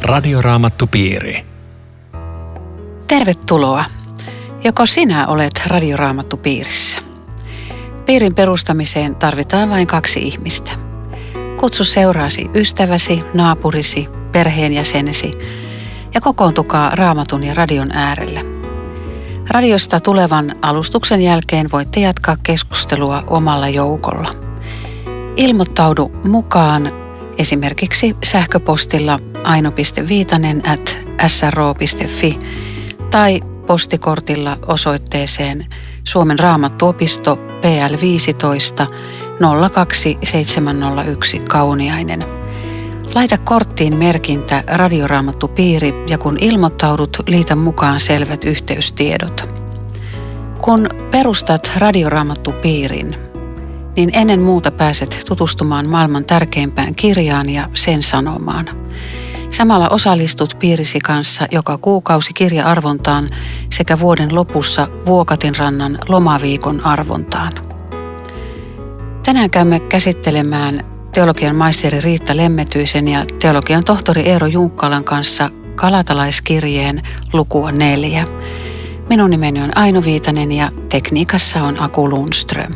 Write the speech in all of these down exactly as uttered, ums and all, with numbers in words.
Radioraamattupiiri. Tervetuloa. Joko sinä olet Radioraamattupiirissä? Piirin perustamiseen tarvitaan vain kaksi ihmistä. Kutsu seuraasi ystäväsi, naapurisi, perheenjäsenesi ja kokoontukaa Raamatun ja radion äärelle. Radiosta tulevan alustuksen jälkeen voitte jatkaa keskustelua omalla joukolla. Ilmoittaudu mukaan esimerkiksi sähköpostilla aino piste viitanen ät s r o piste f i tai postikortilla osoitteeseen Suomen Raamattuopisto P L viisitoista nolla kaksi seitsemän nolla yksi Kauniainen. Laita korttiin merkintä Radioraamattupiiri ja kun ilmoittaudut, liitä mukaan selvät yhteystiedot. Kun perustat Radioraamattupiirin, niin ennen muuta pääset tutustumaan maailman tärkeimpään kirjaan ja sen sanomaan. Samalla osallistut piirisi kanssa joka kuukausi kirja-arvontaan sekä vuoden lopussa Vuokatinrannan lomaviikon arvontaan. Tänään käymme käsittelemään teologian maisteri Riitta Lemmetyisen ja teologian tohtori Eero Junkkalan kanssa Galatalaiskirjeen lukua neljä. Minun nimeni on Aino Viitanen ja tekniikassa on Aku Lundström.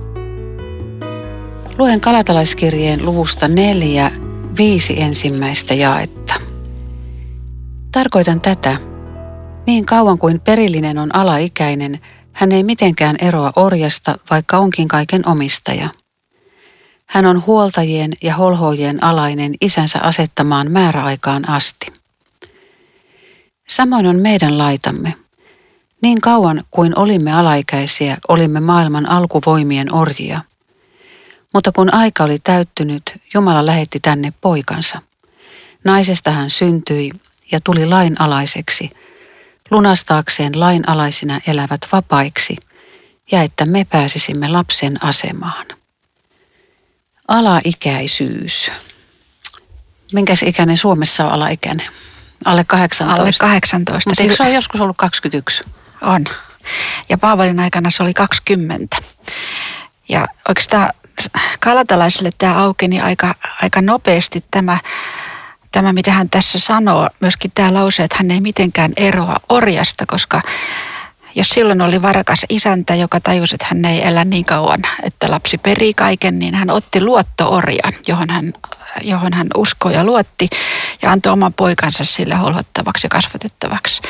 Luen Galatalaiskirjeen luvusta neljä, viisi ensimmäistä jaetta. Tarkoitan tätä. Niin kauan kuin perillinen on alaikäinen, hän ei mitenkään eroa orjasta, vaikka onkin kaiken omistaja. Hän on huoltajien ja holhoojien alainen isänsä asettamaan määräaikaan asti. Samoin on meidän laitamme. Niin kauan kuin olimme alaikäisiä, olimme maailman alkuvoimien orjia. Mutta kun aika oli täyttynyt, Jumala lähetti tänne poikansa. Naisesta hän syntyi ja tuli lainalaiseksi, lunastaakseen lainalaisina elävät vapaiksi, ja että me pääsisimme lapsen asemaan. Alaikäisyys. Minkäs ikäinen Suomessa on alaikäinen? Alle kahdeksantoista. Alle kahdeksantoista. Mutta eikö se ole joskus ollut kaksikymmentäyksi? On. Ja Paavalin aikana se oli kaksikymmentä. Ja oikeastaan galatalaisille tämä aukeni aika, aika nopeasti tämä, tämä, mitä hän tässä sanoo. Myöskin tämä lause, että hän ei mitenkään eroa orjasta, koska jos silloin oli varakas isäntä, joka tajusi, että hän ei elä niin kauan, että lapsi perii kaiken, niin hän otti luotto-orjan, johon hän, johon hän uskoi ja luotti ja antoi oman poikansa sille holhottavaksi ja kasvatettavaksi.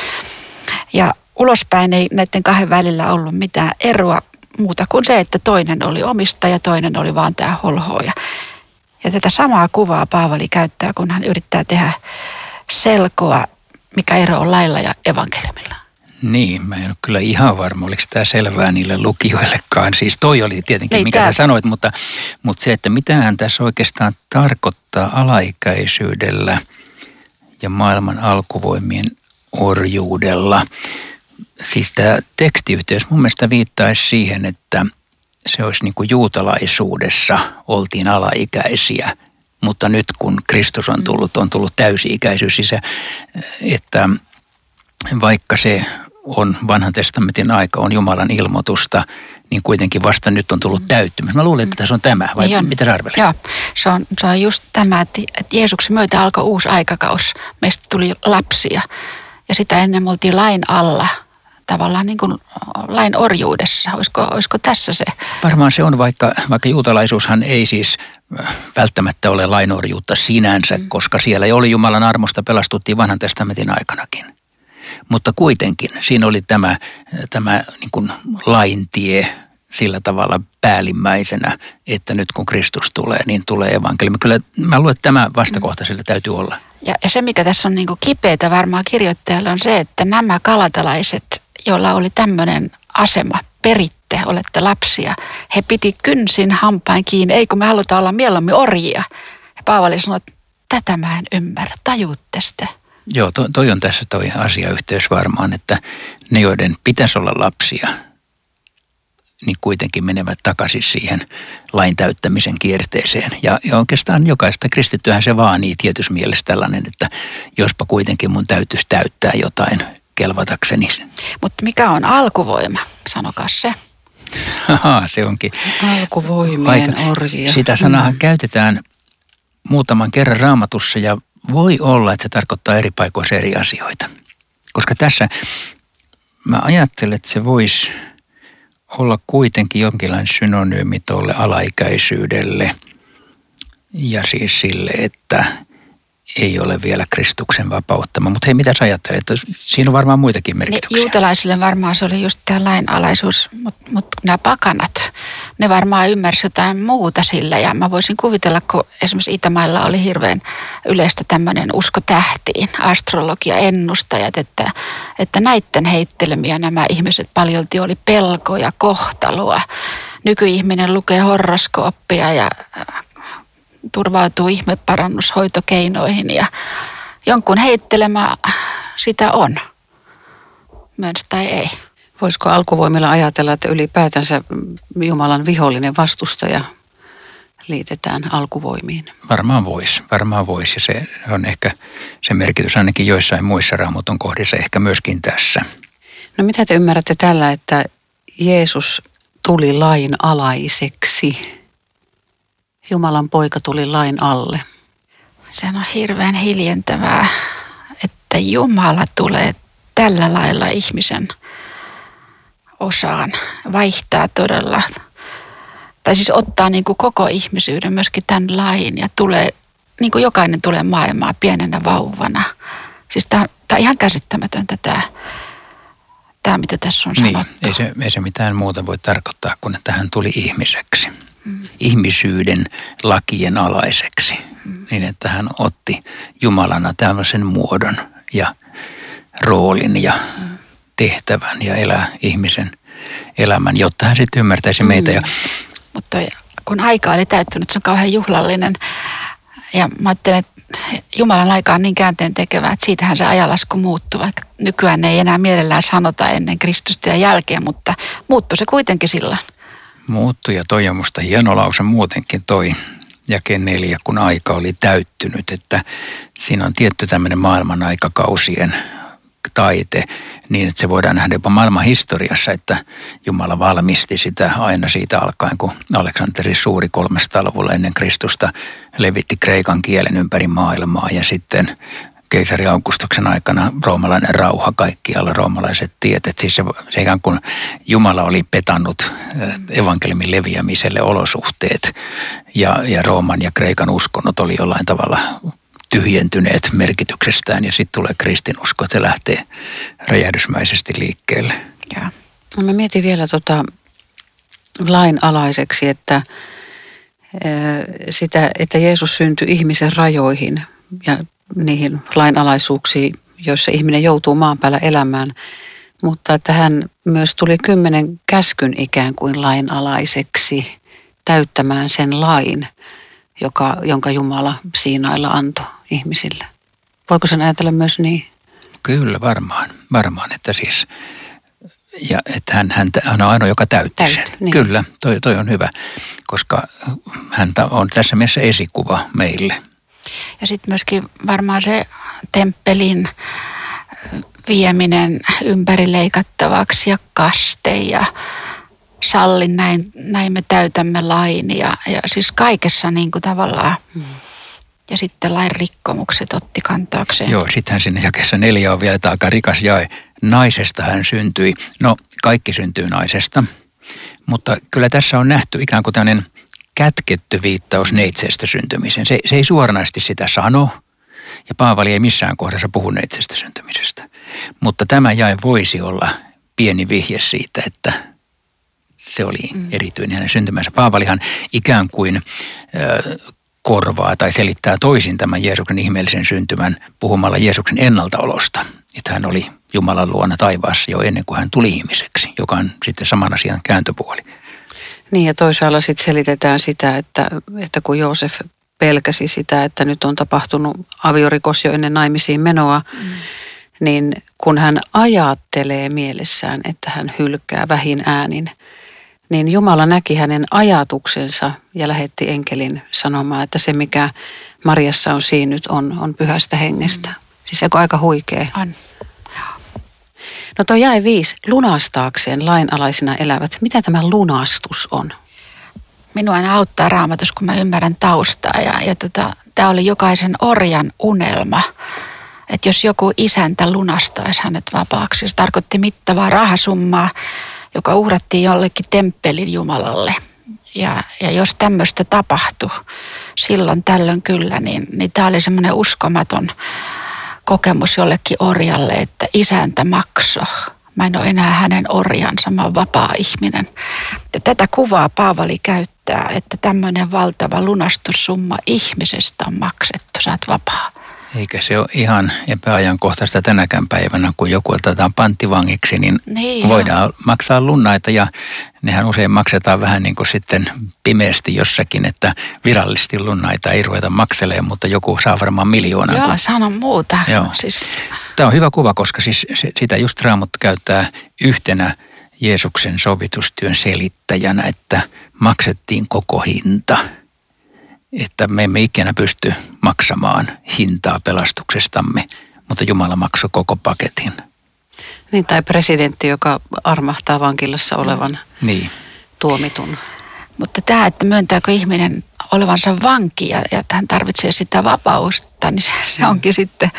Ja ulospäin ei näiden kahden välillä ollut mitään eroa muuta kuin se, että toinen oli omistaja ja toinen oli vaan tämä holhooja. Ja tätä samaa kuvaa Paavali käyttää, kun hän yrittää tehdä selkoa, mikä ero on lailla ja evankeliumilla. Niin, mä en ole kyllä ihan varma, oliko tämä selvää niille lukijoillekaan. Siis toi oli tietenkin, niin, mikä tämä... sä sanoit, mutta, mutta se, että mitähän tässä oikeastaan tarkoittaa alaikäisyydellä ja maailman alkuvoimien orjuudella. Siis tämä tekstiyhteys mun mielestä viittaisi siihen, että se olisi niin kuin juutalaisuudessa oltiin alaikäisiä, mutta nyt kun Kristus on tullut, on tullut täysi-ikäisyys, siis että vaikka se on vanhan testamentin aika, on Jumalan ilmoitusta, niin kuitenkin vasta nyt on tullut täyttymys. Mä luulen, että tässä on tämä, vai niin mitä sä arvelet? Joo, se on, se on just tämä, että Jeesuksen myötä alkoi uusi aikakaus. Meistä tuli lapsia ja sitä ennen me oltiin lain alla, tavallaan niin kuin lain orjuudessa. Olisiko, olisiko tässä se? Varmaan se on, vaikka, vaikka juutalaisuushan ei siis välttämättä ole lainorjuutta sinänsä, mm. koska siellä ei oli Jumalan armosta, pelastuttiin vanhan testamentin aikanakin. Mutta kuitenkin siinä oli tämä, tämä niin kuin laintie sillä tavalla päällimmäisenä, että nyt kun Kristus tulee, niin tulee evankeliumi. Kyllä mä luulen, että tämä vastakohta sillä täytyy olla. Ja, ja se, mikä tässä on niin kuin kipeätä varmaan kirjoittajalle, on se, että nämä galatalaiset, joilla oli tämmöinen asema, peritte, olette lapsia, he piti kynsin hampain kiinni, ei kun me halutaan olla mieluummin orjia. Ja Paavali sanoi, että tätä mä en ymmärrä, tajuutte sitä. Joo, toi, toi on tässä toi asiayhteys varmaan, että ne, joiden pitäisi olla lapsia, niin kuitenkin menevät takaisin siihen lain täyttämisen kierteeseen. Ja, ja oikeastaan jokaista kristittyähän se vaanii tietyssä mielessä tällainen, että jospa kuitenkin mun täytyisi täyttää jotain kelvatakseni. Mutta mikä on alkuvoima? Sanokaa se. Aha, se onkin. Alkuvoimien orjia. Sitä sanahan mm. käytetään muutaman kerran Raamatussa ja voi olla, että se tarkoittaa eri paikoissa eri asioita. Koska tässä mä ajattelen, että se voisi olla kuitenkin jonkinlainen synonyymi tuolle alaikäisyydelle ja siis sille, että ei ole vielä Kristuksen vapauttama. Mutta hei, mitä sä ajattelet? Että siinä on varmaan muitakin merkityksiä. Ne juutalaisille varmaan se oli just tämä lainalaisuus, mutta mut nämä pakanat, ne varmaan ymmärsivät jotain muuta sillä. Ja mä voisin kuvitella, kun esimerkiksi Itämailla oli hirveän yleistä tämmöinen usko tähtiin, astrologia, ennustajat, että, että näiden heittelemiä nämä ihmiset paljolti oli pelkoja, kohtaloa. Nykyihminen lukee horoskooppia ja turvautuu ihmeparannushoitokeinoihin ja jonkun heittelemä sitä on, myös tai ei. Voisiko alkuvoimilla ajatella, että ylipäätänsä Jumalan vihollinen vastustaja liitetään alkuvoimiin? Varmaan voisi, varmaan voisi ja se on ehkä se merkitys ainakin joissain muissa Raamatun kohdissa, ehkä myöskin tässä. No mitä te ymmärrätte tällä, että Jeesus tuli lain alaiseksi? Jumalan poika tuli lain alle. Se on hirveän hiljentävää, että Jumala tulee tällä lailla ihmisen osaan, vaihtaa todella, tai siis ottaa niin kuin koko ihmisyyden myöskin tämän lain ja tulee, niin kuin jokainen tulee maailmaan pienenä vauvana. Siis tämä on, tämä on ihan käsittämätöntä tämä, tämä mitä tässä on sanottu. Niin, ei se, ei se mitään muuta voi tarkoittaa kuin, että hän tuli ihmiseksi. Mm. Ihmisyyden lakien alaiseksi, mm. niin että hän otti Jumalana tämmöisen muodon ja roolin ja mm. tehtävän ja elää ihmisen elämän, jotta hän sitten ymmärtäisi mm. meitä. Ja mutta kun aika oli täyttynyt, se on kauhean juhlallinen ja mä ajattelen, että Jumalan aika on niin käänteen tekevää, että siitähän se ajanlasku muuttuu, vaikka nykyään ei enää mielellään sanota ennen Kristusta ja jälkeen, mutta muuttui se kuitenkin silloin. Muuttui ja toi on musta hieno lause muutenkin toi jake neljä, kun aika oli täyttynyt, että siinä on tietty tämmöinen maailman aikakausien taite niin, että se voidaan nähdä jopa maailman historiassa, että Jumala valmisti sitä aina siitä alkaen, kun Aleksanteri Suuri kolmesataaluvulla ennen Kristusta levitti kreikan kielen ympäri maailmaa ja sitten keisari Augustuksen aikana roomalainen rauha kaikkialla, roomalaiset tiet. Että siis se, se ikään kuin Jumala oli petannut evankeliumin leviämiselle olosuhteet ja, ja Rooman ja Kreikan uskonnot oli jollain tavalla tyhjentyneet merkityksestään ja sitten tulee kristinusko, että se lähtee räjähdysmäisesti liikkeelle. Ja. No mä mietin vielä tota lainalaiseksi, että, sitä, että Jeesus syntyi ihmisen rajoihin ja niihin lainalaisuuksiin, joissa ihminen joutuu maan päällä elämään, mutta että hän myös tuli kymmenen käskyn ikään kuin lainalaiseksi täyttämään sen lain, joka, jonka Jumala Siinailla antoi ihmisille. Voiko sen ajatella myös niin? Kyllä, varmaan. Varmaan, että siis, ja että hän, hän, hän on ainoa, joka täytti sen. Täytti, niin. Kyllä, toi, toi on hyvä, koska hän on tässä mielessä esikuva meille. Ja sitten myöskin varmaan se temppelin vieminen ympärileikattavaksi ja kaste ja sallin, näin, näin me täytämme lain ja, ja siis kaikessa niin kuin tavallaan. Hmm. Ja sitten lain rikkomukset otti kantaakseen. Joo, sittenhän sinne jakeessa neljä on vielä aika rikas jae. Naisesta hän syntyi. No, kaikki syntyy naisesta, mutta kyllä tässä on nähty ikään kuin tämmöinen kätketty viittaus neitseestä syntymiseen. Se, se ei suoranaisesti sitä sano, ja Paavali ei missään kohdassa puhu neitseestä syntymisestä. Mutta tämä jae voisi olla pieni vihje siitä, että se oli mm. erityinen hänen syntymänsä. Paavalihan ikään kuin äh, korvaa tai selittää toisin tämän Jeesuksen ihmeellisen syntymän puhumalla Jeesuksen ennaltaolosta. Että hän oli Jumalan luona taivaassa jo ennen kuin hän tuli ihmiseksi, joka on sitten saman asian kääntöpuoli. Niin ja toisaalla sitten selitetään sitä, että, että kun Joosef pelkäsi sitä, että nyt on tapahtunut aviorikos jo ennen naimisiin menoa, mm. niin kun hän ajattelee mielessään, että hän hylkää vähin äänin, niin Jumala näki hänen ajatuksensa ja lähetti enkelin sanomaan, että se mikä Mariassa on siinnyt on, on pyhästä hengestä. Mm. Siis eikö aika huikea? On. No toi jae viisi, lunastaakseen lainalaisina elävät. Mitä tämä lunastus on? minua aina auttaa Raamatussa, kun mä ymmärrän taustaa. Ja, ja tota, tämä oli jokaisen orjan unelma, että jos joku isäntä lunastaisi hänet vapaaksi, se tarkoitti mittavaa rahasummaa, joka uhrattiin jollekin temppelin Jumalalle. Ja, ja jos tämmöistä tapahtui silloin tällöin kyllä, niin, niin tämä oli semmoinen uskomaton kokemus jollekin orjalle, että isäntä maksoi. Mä en ole enää hänen orjansa, mä oon vapaa ihminen. Ja tätä kuvaa Paavali käyttää, että tämmöinen valtava lunastussumma ihmisestä on maksettu, sä oot vapaa. Eikä se ole ihan epäajankohtaista tänäkään päivänä, kun joku otetaan panttivangiksi, niin, niin voidaan jo maksaa lunnaita ja nehän usein maksetaan vähän niin kuin sitten pimeästi jossakin, että virallisesti lunnaita ei ruveta makselemaan, mutta joku saa varmaan miljoonan. Joo, kun... sano muuta. Joo. Siis... Tämä on hyvä kuva, koska siis sitä just Raamattu käyttää yhtenä Jeesuksen sovitustyön selittäjänä, että maksettiin koko hinta. Että me emme ikinä pysty maksamaan hintaa pelastuksestamme, mutta Jumala maksoi koko paketin. Niin, tai presidentti, joka armahtaa vankilassa olevan niin. tuomitun. Mutta tämä, että myöntääkö ihminen olevansa vanki ja, ja hän tarvitsee sitä vapausta, niin se, se onkin sitten...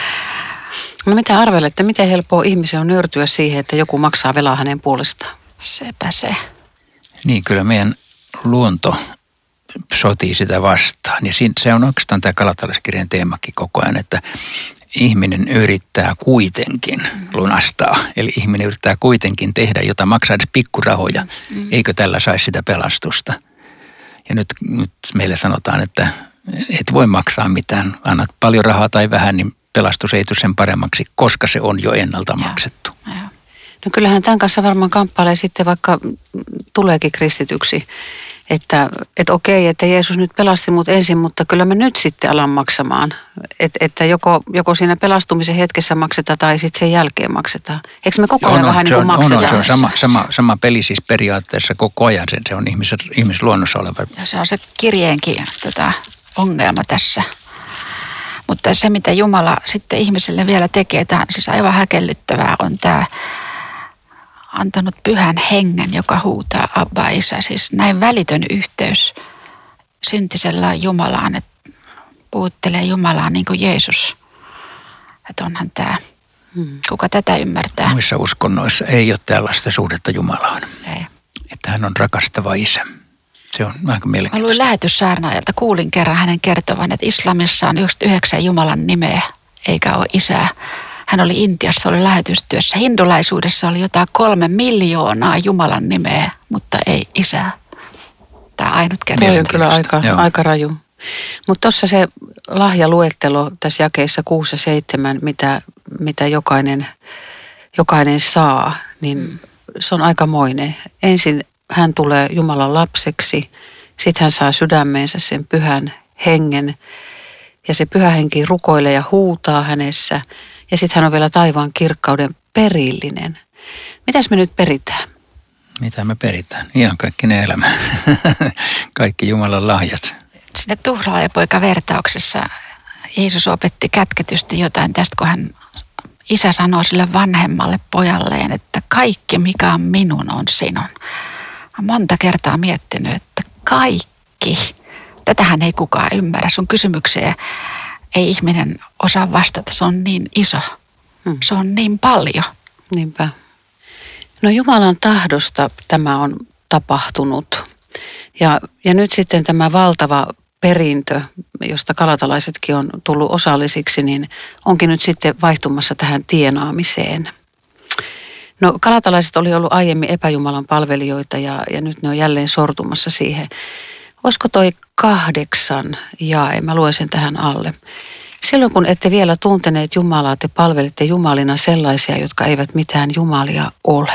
No mitä arvelette, miten helppoa ihmisen on nöyrtyä siihen, että joku maksaa velaa hänen puolestaan? Sepä se. Niin, kyllä meidän luonto sotii sitä vastaan. Ja se on oikeastaan tämä Galatalaiskirjan teemakin koko ajan, että ihminen yrittää kuitenkin lunastaa. Eli ihminen yrittää kuitenkin tehdä, jota maksaa edes pikkurahoja. Mm. Eikö tällä saisi sitä pelastusta? Ja nyt, nyt meille sanotaan, että et voi maksaa mitään. Annat paljon rahaa tai vähän, niin pelastus ei tule sen paremmaksi, koska se on jo ennalta maksettu. Ja, ja. No kyllähän tämän kanssa varmaan kamppailee sitten, vaikka tuleekin kristityksi. Että, että okei, että Jeesus nyt pelasti mut ensin, mutta kyllä mä nyt sitten alan maksamaan. Et, että joko, joko siinä pelastumisen hetkessä maksetaan tai sitten sen jälkeen maksetaan. Eikö me koko ajan vähän niin kuin maksetaan? On, se on sama, sama, sama peli siis periaatteessa koko ajan. Se on ihmis, ihmisluonnossa oleva. Ja se on se kirjeenkin tota, ongelma tässä. Mutta se, mitä Jumala sitten ihmiselle vielä tekee, tämä on siis aivan häkellyttävää, on tämä antanut pyhän hengen, joka huutaa Abba Isä. Siis näin välitön yhteys syntisellä Jumalaan, että puhuttelee Jumalaan niin kuin Jeesus. Että onhan tämä, hmm. kuka tätä ymmärtää. Muissa uskonnoissa ei ole tällaista suhdetta Jumalaan. Ei. Että hän on rakastava Isä. Se on aika mielenkiintoista. Mä luin lähetyssaarnaajalta, kuulin kerran hänen kertovan, että islamissa on yhdeksänkymmentäyhdeksän Jumalan nimeä, eikä ole Isää. Hän oli Intiassa, oli lähetystyössä. Hindulaisuudessa oli jotain kolme miljoonaa Jumalan nimeä, mutta ei Isää. Tämä ainut kerta. Tämä on kyllä aika, aika raju. Mutta tuossa se lahjaluettelo tässä jakeissa kuusi ja seitsemän, mitä, mitä jokainen, jokainen saa, niin mm. se on aikamoinen. Ensin hän tulee Jumalan lapseksi, sitten hän saa sydämeensä sen pyhän hengen ja se pyhä henki rukoilee ja huutaa hänessä. Ja sitten hän on vielä taivaan kirkkauden perillinen. Mitäs me nyt peritään? Mitä me peritään? Ihan kaikki ne elämä. Kaikki Jumalan lahjat. Sinne tuhlaajapoika-vertauksessa Jeesus opetti kätketysti jotain tästä, kun hän isä sanoo sille vanhemmalle pojalleen, että kaikki mikä on minun on sinun. Olen monta kertaa miettinyt, että kaikki. Tätähän ei kukaan ymmärrä. Sun kysymykseen ei ihminen osaa vastata. Se on niin iso. Hmm. Se on niin paljon. Niinpä. No Jumalan tahdosta tämä on tapahtunut. Ja, ja nyt sitten tämä valtava perintö, josta galatalaisetkin on tullut osallisiksi, niin onkin nyt sitten vaihtumassa tähän tienaamiseen. No galatalaiset oli ollut aiemmin epäjumalan palvelijoita ja, ja nyt ne on jälleen sortumassa siihen. Olisiko toi kahdeksan jae? Mä luen sen tähän alle. Silloin kun ette vielä tunteneet Jumalaa, te palvelitte jumalina sellaisia, jotka eivät mitään jumalia ole.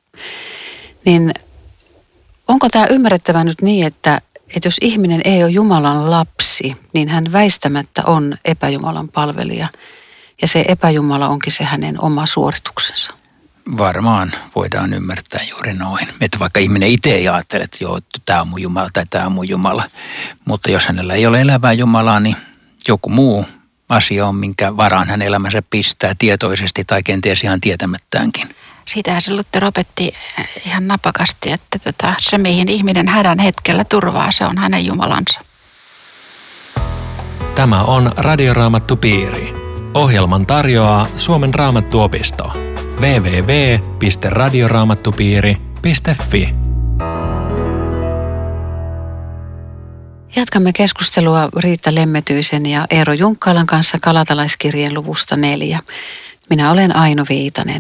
Niin onko tämä ymmärrettävä nyt niin, että, että jos ihminen ei ole Jumalan lapsi, niin hän väistämättä on epäjumalan palvelija. Ja se epäjumala onkin se hänen oma suorituksensa. Varmaan voidaan ymmärtää juuri noin. Että vaikka ihminen itse ei ajattele, että joo, tämä on mun Jumala tai tämä on mun Jumala. Mutta jos hänellä ei ole elävää Jumalaa, niin joku muu asia on, minkä varaan hän elämänsä pistää tietoisesti tai kenties ihan tietämättäänkin. Siitähän se Luther opetti ihan napakasti, että tota, se mihin ihminen hädän hetkellä turvaa, se on hänen Jumalansa. Tämä on Radioraamattupiiri. Ohjelman tarjoaa Suomen Raamattuopisto. double-u double-u double-u piste radioraamattupiiri piste fi. Jatkamme keskustelua Riitta Lemmetyisen ja Eero Junkkaalan kanssa Galatalaiskirjeen luvusta neljä. Minä olen Aino Viitanen.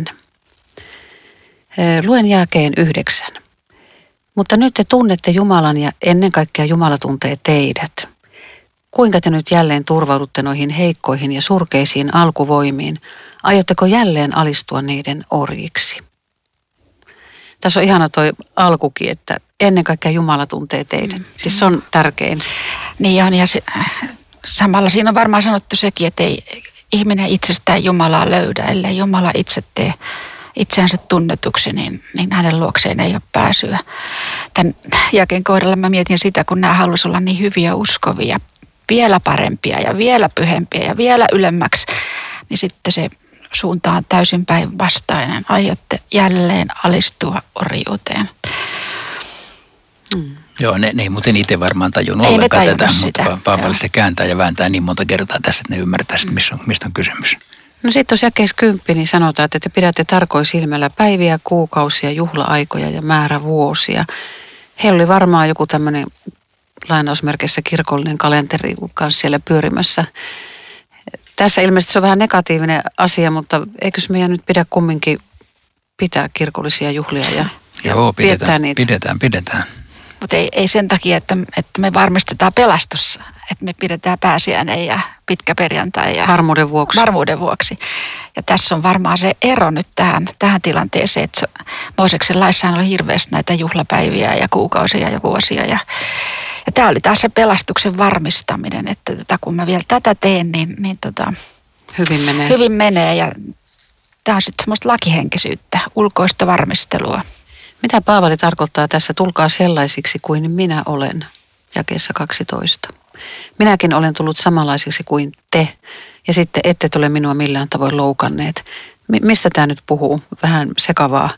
Luen jaakeen yhdeksän. Mutta nyt te tunnette Jumalan ja ennen kaikkea Jumala tuntee teidät. Kuinka te nyt jälleen turvaudutte noihin heikkoihin ja surkeisiin alkuvoimiin? Aiotteko jälleen alistua niiden orjiksi? Tässä on ihana toi alkukin, että ennen kaikkea Jumala tuntee teidät. Siis se on tärkein. Niin on, ja se, samalla siinä on varmaan sanottu sekin, että ei ihminen itsestään Jumalaa löydä, ellei Jumala itse tee itseänsä tunnetuksi, niin, niin hänen luokseen ei ole pääsyä. Tämän jakeen kohdalla mä mietin sitä, kun nämä haluaisi olla niin hyviä uskovia, vielä parempia ja vielä pyhempiä ja vielä ylemmäksi, niin sitten se suunta on täysin päinvastainen. Aiotte jälleen alistua orjuuteen. Mm. Joo, ne, ne ei muuten itse varmaan tajunnut ollenkaan tätä, mutta Paavali sitä kääntää ja vääntää niin monta kertaa tässä, että ne ymmärtää, mm. mistä, on, mistä on kysymys. No sitten tuossa jakeessa kymppi, niin sanotaan, että te pidätte tarkoin silmällä päiviä, kuukausia, juhla-aikoja ja määrävuosia. Heillä oli varmaan joku tämmöinen lainausmerkeissä kirkollinen kalenteri kanssa siellä pyörimässä. Tässä ilmeisesti se on vähän negatiivinen asia, mutta eikös meidän nyt pidä kumminkin pitää kirkollisia juhlia ja, Joo, ja pidetään, viettää niitä? pidetään, pidetään. Mutta ei, ei sen takia, että, että me varmistetaan pelastus, että me pidetään pääsiäinen ja pitkä perjantai. Ja varmuuden vuoksi. Varmuuden vuoksi. Ja tässä on varmaan se ero nyt tähän, tähän tilanteeseen, että Mooseksen laissahan oli hirveästi näitä juhlapäiviä ja kuukausia ja vuosia. Ja, ja tämä oli taas se pelastuksen varmistaminen, että tota, kun mä vielä tätä teen, niin, niin tota, hyvin menee. Hyvin menee ja tämä on sitten semmoista lakihenkisyyttä, ulkoista varmistelua. Mitä Paavali tarkoittaa tässä? Tulkaa sellaisiksi kuin minä olen, jakeessa kaksitoista. Minäkin olen tullut samanlaisiksi kuin te, ja sitten ette ole minua millään tavoin loukanneet. M- mistä tämä nyt puhuu? Vähän sekavaa.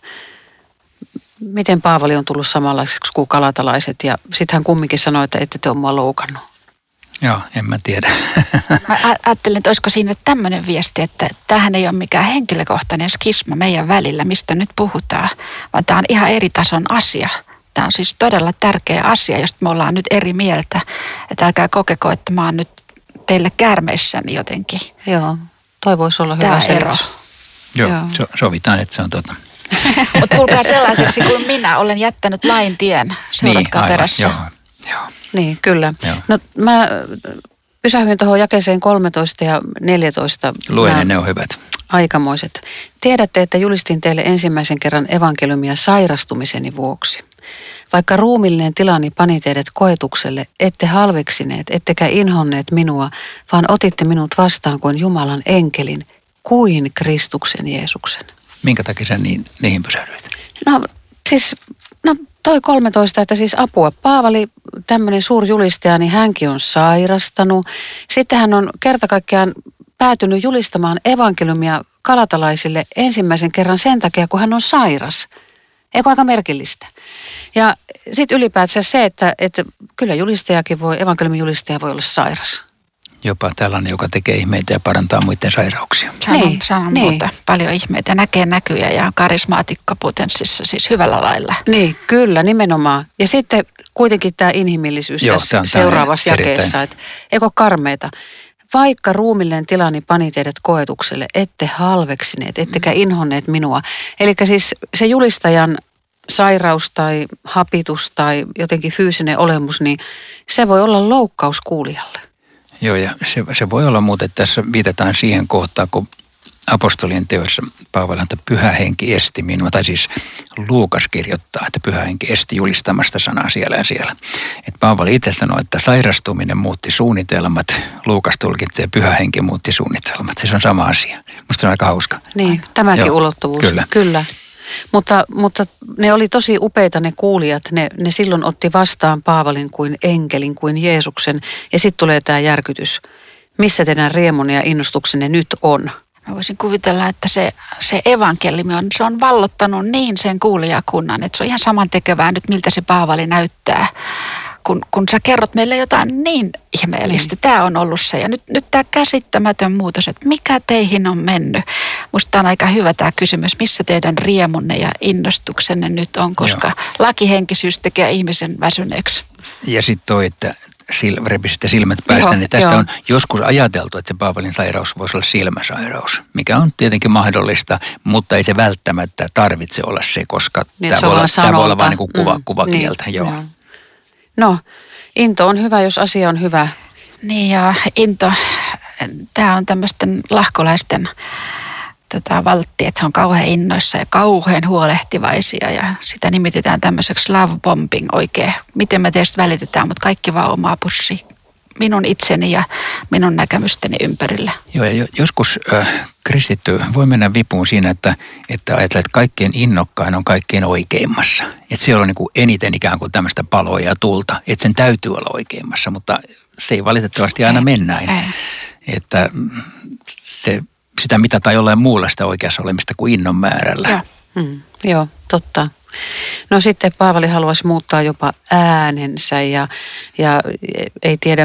Miten Paavali on tullut samanlaiseksi kuin galatalaiset, ja sitten hän kumminkin sanoi, että ette te ole mua loukannut. Joo, en mä tiedä. Mä ajattelin, että olisiko siinä tämmöinen viesti, että tämähän ei ole mikään henkilökohtainen skisma meidän välillä, mistä nyt puhutaan, vaan tämä on ihan eri tason asia. Tämä on siis todella tärkeä asia, josta me ollaan nyt eri mieltä. Että älkää kokeko, että mä oon nyt teille käärmeissäni jotenkin. Joo, toi voisi olla tämä hyvä ero. Joo, Joo. So, sovitaan, että se on totta. Mutta tulkaa sellaiseksi kuin minä olen jättänyt lain tien. Seuratkaa niin, perässä. Joo, joo. Niin, kyllä. Joo. No mä pysähyin tuohon jakeeseen kolmetoista ja neljätoista. Luen ne, ne on hyvät. Aikamoiset. Tiedätte, että julistin teille ensimmäisen kerran evankeliumia sairastumiseni vuoksi. Vaikka ruumillinen tilani pani teidät koetukselle, ette halveksineet, ettekä inhonneet minua, vaan otitte minut vastaan kuin Jumalan enkelin, kuin Kristuksen Jeesuksen. Minkä takia sä niin, niihin pysähdyit? No siis, no toi kolmetoista, että siis apua. Paavali, tämmöinen suurjulistaja, niin hänkin on sairastanut. Sitten hän on kerta kaikkiaan päätynyt julistamaan evankeliumia galatalaisille ensimmäisen kerran sen takia, kun hän on sairas. Eikö aika merkillistä? Ja sitten ylipäätään se, että, että kyllä julistajakin voi, evankeliumin julistaja voi olla sairas. Jopa tällainen, joka tekee ihmeitä ja parantaa muiden sairauksia. Sanon, niin, sanon niin. muuta. Paljon ihmeitä, näkee näkyjä ja on karismaatikkopotenssissa, siis hyvällä lailla. Niin, kyllä, nimenomaan. Ja sitten kuitenkin tämä inhimillisyys Joo, tässä tämä on seuraavassa erittäin. jakeessa. Että, eikö ole karmeita? Vaikka ruumillinen tilani pani teidät koetukselle, ette halveksineet, ettekä inhonneet minua. Eli siis se julistajan sairaus tai hapitus tai jotenkin fyysinen olemus, niin se voi olla loukkaus kuulijalle. Joo, ja se, se voi olla muuten, että tässä viitataan siihen kohtaan, kun apostolien teoissa Paavali että pyhä henki esti minua, tai siis Luukas kirjoittaa, että pyhä henki esti julistamasta sanaa siellä ja siellä. Että Paavali itse sanoi, että sairastuminen muutti suunnitelmat, Luukas tulkitsee, pyhä henki muutti suunnitelmat. Se on sama asia. Musta se on aika hauska. Niin, tämäkin Joo, ulottuvuus. Kyllä. kyllä. Mutta, mutta ne oli tosi upeita ne kuulijat. Ne, ne silloin otti vastaan Paavalin kuin enkelin, kuin Jeesuksen. Ja sitten tulee tämä järkytys. Missä teidän riemunne ja innostuksenne nyt on? Mä voisin kuvitella, että se, se evankeliumi on, se on vallottanut niin sen kuulijakunnan, että se on ihan samantekevää nyt, miltä se Paavali näyttää. Kun, kun sä kerrot meille jotain niin ihmeellistä, mm. tämä on ollut se. Ja nyt, nyt tämä käsittämätön muutos, että mikä teihin on mennyt. Musta on aika hyvä tämä kysymys, missä teidän riemunne ja innostuksenne nyt on, koska Joo. lakihenkisyys tekee ihmisen väsyneeksi. Ja sitten toi, että sil, repisitte silmät päästä, niin tästä jo. on joskus ajateltu, että se Paavalin sairaus voisi olla silmäsairaus, mikä on tietenkin mahdollista, mutta ei se välttämättä tarvitse olla se, koska niin, tämä, voi olla, tämä voi olla vain niin kuin kuva, mm. kuvakieltä. Niin, Joo. No, into on hyvä, jos asia on hyvä. Niin ja into, tämä on tämmöisten lahkolaisten tota, valtti, että he on kauhean innoissa ja kauhean huolehtivaisia ja sitä nimitetään tämmöiseksi love bombing oikein. Miten me teistä välitetään, mutta kaikki vaan omaa pussi. Minun itseni ja minun näkemysteni ympärillä. Joo, ja joskus äh, kristitty voi mennä vipuun siinä, että, että ajattelee, että kaikkein innokkain on kaikkein oikeimmassa. Että siellä on niin kuin eniten ikään kuin tämmöistä paloa ja tulta, että sen täytyy olla oikeimmassa, mutta se ei valitettavasti aina mene näin. Ei. Että se, sitä mitataan jollain muulla sitä oikeassa olemista kuin innon määrällä. Joo, hmm. Joo totta. No sitten Paavali haluaisi muuttaa jopa äänensä ja, ja ei tiedä,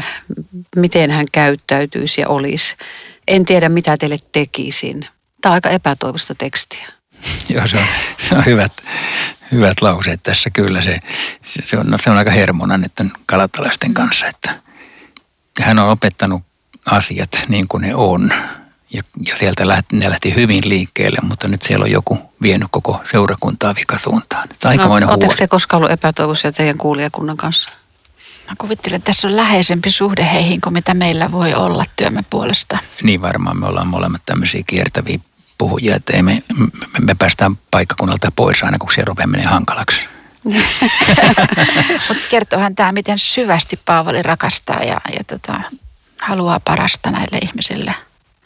miten hän käyttäytyisi ja olisi. En tiedä, mitä teille tekisin. Tämä on aika epätoivoista tekstiä. Joo, se on, se on hyvät, hyvät lauseet tässä kyllä. Se, se, on, se on aika hermonan että galatalaisten kanssa, että hän on opettanut asiat niin kuin ne on. Ja, ja sieltä lähti, ne lähti hyvin liikkeelle, mutta nyt siellä on joku vienyt koko seurakuntaa vikasuuntaan. Se on aikamoinen no, huoli. Oletteko te koskaan ollut epätoivoisia teidän kuulijakunnan kanssa? Mä kuvittelen, että tässä on läheisempi suhde heihin kuin mitä meillä voi olla työmme puolesta. Niin varmaan me ollaan molemmat tämmöisiä kiertäviä puhujia, että me, me, me päästään paikkakunnalta pois aina, kun siellä rupeaa menee hankalaksi. Mutta kertoohan tämä, miten syvästi Paavali rakastaa ja, ja tota, haluaa parasta näille ihmisille.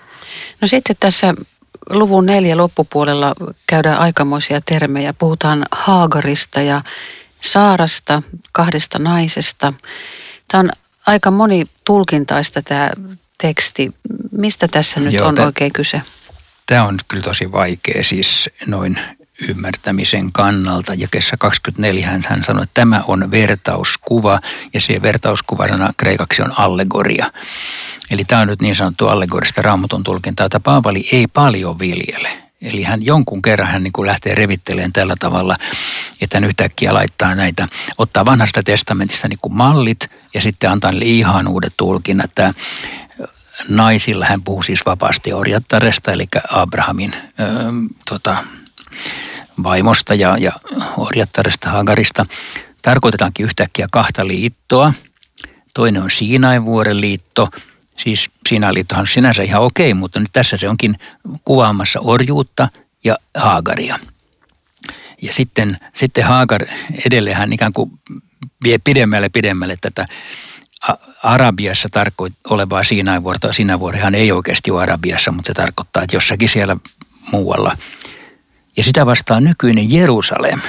No sitten tässä luvun neljä loppupuolella käydään aikamoisia termejä. Puhutaan Haagarista ja Saarasta, kahdesta naisesta. Tämä on aika monitulkintaista tämä teksti. Mistä tässä nyt Joo, on tämä, oikein kyse? Tämä on kyllä tosi vaikea siis noin ymmärtämisen kannalta. Jakeessa kaksikymmentäneljä hän sanoi, että tämä on vertauskuva ja se vertauskuvana kreikaksi on allegoria. Eli tämä on nyt niin sanottu allegorista Raamatun tulkintaa, jota Paavali ei paljon viljele. Eli hän jonkun kerran hän niin kuin lähtee revittelemään tällä tavalla, että hän yhtäkkiä laittaa näitä, ottaa vanhasta testamentista niin kuin mallit ja sitten antaa niille ihan uudet tulkinnat. Tämä naisilla hän puhuu siis vapaasti orjattaresta, eli Abrahamin ö, tota, vaimosta ja, ja orjattaresta Hagarista. Tarkoitetaankin yhtäkkiä kahta liittoa. Toinen on Siinain vuoren liitto. Siis Siinain liittohan on sinänsä ihan okei, mutta nyt tässä se onkin kuvaamassa orjuutta ja Haagaria. Ja sitten, sitten Haagar edelleen hän ikään kuin vie pidemmälle pidemmälle tätä Arabiassa tarkoit olevaa Siinain vuorta. Siinain vuorihan ei oikeasti ole Arabiassa, mutta se tarkoittaa, että jossakin siellä muualla. Ja sitä vastaa nykyinen Jerusalem,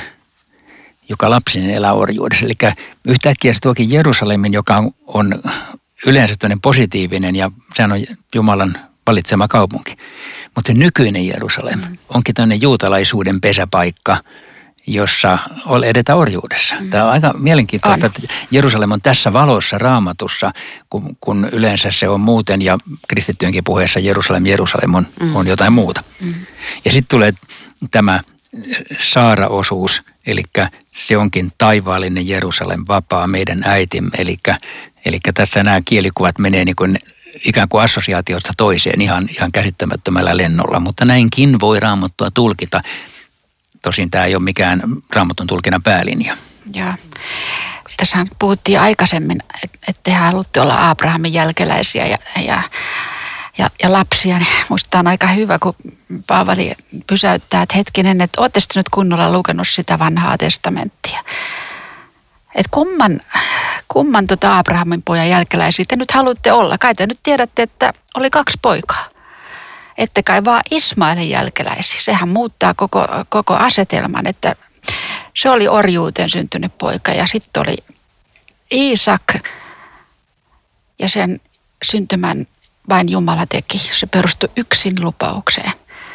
joka lapsinen elää orjuudessa. Eli yhtäkkiä se tuokin Jerusalemin, joka on yleensä tämmöinen positiivinen ja sehän on Jumalan valitsema kaupunki. Mutta se nykyinen Jerusalem onkin tämmöinen juutalaisuuden pesäpaikka, jossa edetään orjuudessa. Mm. Tämä on aika mielenkiintoista, on. Että Jerusalem on tässä valossa Raamatussa, kun, kun yleensä se on muuten ja kristittyjenkin puheessa Jerusalem, Jerusalem on, mm. on jotain muuta. Mm. Ja sitten tulee tämä Saara-osuus, eli se onkin taivaallinen Jerusalem, vapaa meidän äitimme, eli, eli tässä nämä kielikuvat menee niin kuin ikään kuin assosiaatiosta toiseen ihan, ihan käsittämättömällä lennolla, mutta näinkin voi Raamattua tulkita. Tosin tämä ei ole mikään Raamatun tulkinnan päälinja. Joo. Tässähän puhuttiin aikaisemmin, että te haluatte olla Abrahamin jälkeläisiä ja, ja, ja, ja lapsia. Niin musta on aika hyvä, kun Paavali pysäyttää, että hetkinen, että ootte sitten nyt kunnolla lukenut sitä vanhaa testamenttia. Että kumman, kumman tota Abrahamin pojan jälkeläisiä te nyt haluatte olla? Kai te nyt tiedätte, että oli kaksi poikaa. Ette kai vaan Ismaelin jälkeläisiä. Sehän muuttaa koko, koko asetelman, että se oli orjuuteen syntynyt poika ja sitten oli Iisak ja sen syntymän vain Jumala teki. Se perustui yksin lupaukseen.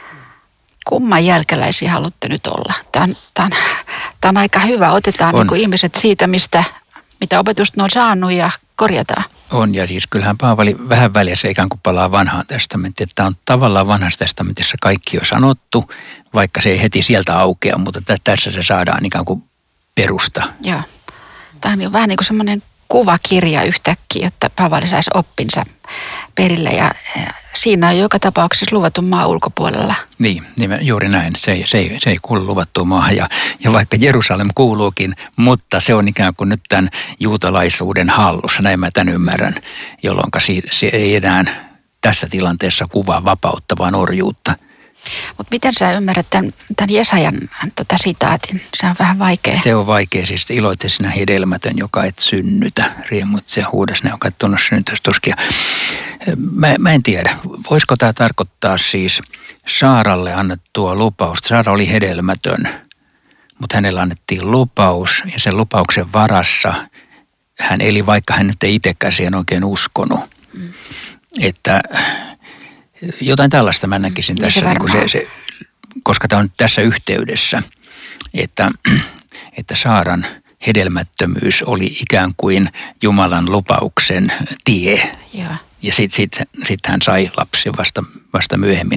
Kumman jälkeläisiä haluatte nyt olla? Tämä on, tämä on, tämä on aika hyvä. Otetaan niin kuin ihmiset siitä, mistä, mitä opetusta ne on saanut ja korjataan. On, ja siis kyllähän Paavali vähän välissä ikään kuin palaa vanhaan testamenttiin. Tämä on tavallaan vanhassa testamentissa kaikki jo sanottu, vaikka se ei heti sieltä aukea, mutta tässä se saadaan ikään kuin perusta. Joo. Tämä on vähän niin kuin semmoinen kuvakirja yhtäkkiä, että Paavali saisi oppinsa perille ja siinä on joka tapauksessa luvatun maan ulkopuolella. Niin, juuri näin. Se ei, se ei, se ei kuulu luvattuun maahan ja, ja vaikka Jerusalem kuuluukin, mutta se on ikään kuin nyt tämän juutalaisuuden hallussa, näin mä tämän ymmärrän, jolloin se ei enää tässä tilanteessa kuvaa vapautta, vaan orjuutta. Mutta miten sä ymmärrät tämän, tämän Jesajan tota sitaatin? Se on vähän vaikea. Se on vaikea. Siis iloitse sinä hedelmätön, joka et synnytä. Riemuitse huudas ne, joka et tunnu synnytystuskia. Mä, mä en tiedä. Voisiko tämä tarkoittaa siis Saaralle annettua lupausta? Saara oli hedelmätön, mutta hänelle annettiin lupaus ja sen lupauksen varassa hän eli, vaikka hän nyt ei itsekään siihen oikein uskonut. Mm. Että jotain tällaista mä näkisin tässä, se niin se, se, koska tämä on tässä yhteydessä, että, että Saaran hedelmättömyys oli ikään kuin Jumalan lupauksen tie. Ja, ja sitten sit, sit hän sai lapsia vasta, vasta myöhemmin.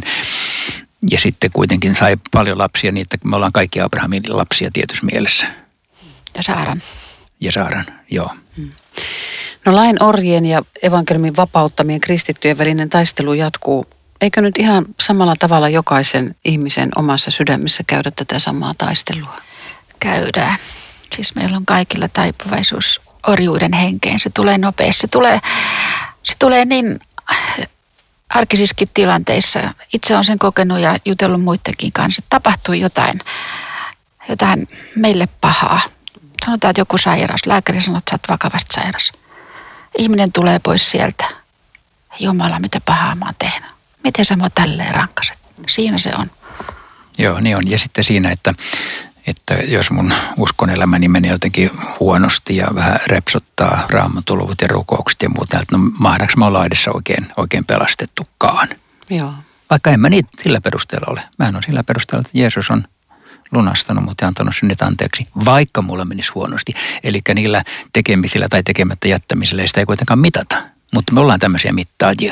Ja sitten kuitenkin sai paljon lapsia, niin että me ollaan kaikki Abrahamin lapsia tietyssä mielessä. Ja Saaran. Ja Saaran, joo. Hmm. No lain orjien ja evankeliumin vapauttamien kristittyjen välinen taistelu jatkuu. Eikö nyt ihan samalla tavalla jokaisen ihmisen omassa sydämessä käydä tätä samaa taistelua? Käydään. Siis meillä on kaikilla taipuvaisuus orjuuden henkeen. Se tulee nopeasti. Se tulee, se tulee niin arkisissakin tilanteissa. Itse olen sen kokenut ja jutellut muidenkin kanssa. Tapahtuu jotain, jotain meille pahaa. Sanotaan, että joku sairas. Lääkäri sanoo, että sä oot vakavasti sairas. Ihminen tulee pois sieltä. Jumala, mitä pahaa mä oon tehnyt. Miten sä mua tälleen rankkaset? Siinä se on. Joo, niin on. Ja sitten siinä, että, että jos mun uskon elämäni menee jotenkin huonosti ja vähän repsottaa raamatuluvut ja rukoukset ja muuta, että no mahdaanko mä olla edessä oikein, oikein pelastettukaan. Joo. Vaikka en mä niitä sillä perusteella ole. Mä en ole sillä perusteella, että Jeesus on lunastanut mut ja antanut synnit anteeksi, vaikka mulla menisi huonosti. Eli niillä tekemisillä tai tekemättä jättämisillä ei sitä ei kuitenkaan mitata. Mutta me ollaan tämmöisiä mittaajia.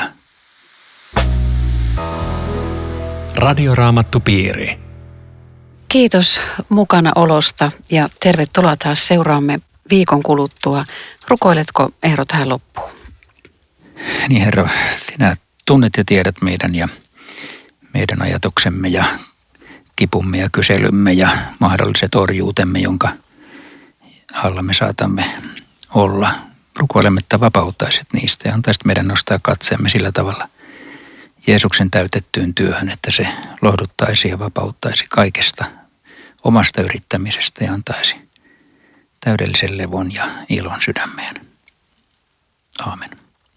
Radioraamattupiiri. Kiitos mukana olosta ja tervetuloa taas seuraamme viikon kuluttua. Rukoiletko Eero tähän loppuun? Niin Herra, sinä tunnet ja tiedät meidän ja meidän ajatuksemme ja kipumme ja kyselymme ja mahdolliset orjuutemme, jonka alla me saatamme olla. Rukoilemme, että vapauttaisit niistä ja antaisit meidän nostaa katseemme sillä tavalla Jeesuksen täytettyyn työhön, että se lohduttaisi ja vapauttaisi kaikesta omasta yrittämisestä ja antaisi täydellisen levon ja ilon sydämeen. Aamen.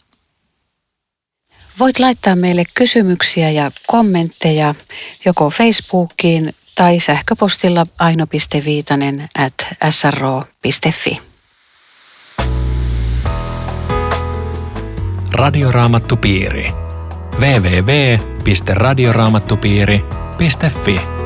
Voit laittaa meille kysymyksiä ja kommentteja joko Facebookiin tai sähköpostilla aino piste viitanen at s r o piste f i. Radioraamattupiiri. double-u double-u double-u piste radioraamattupiiri piste f i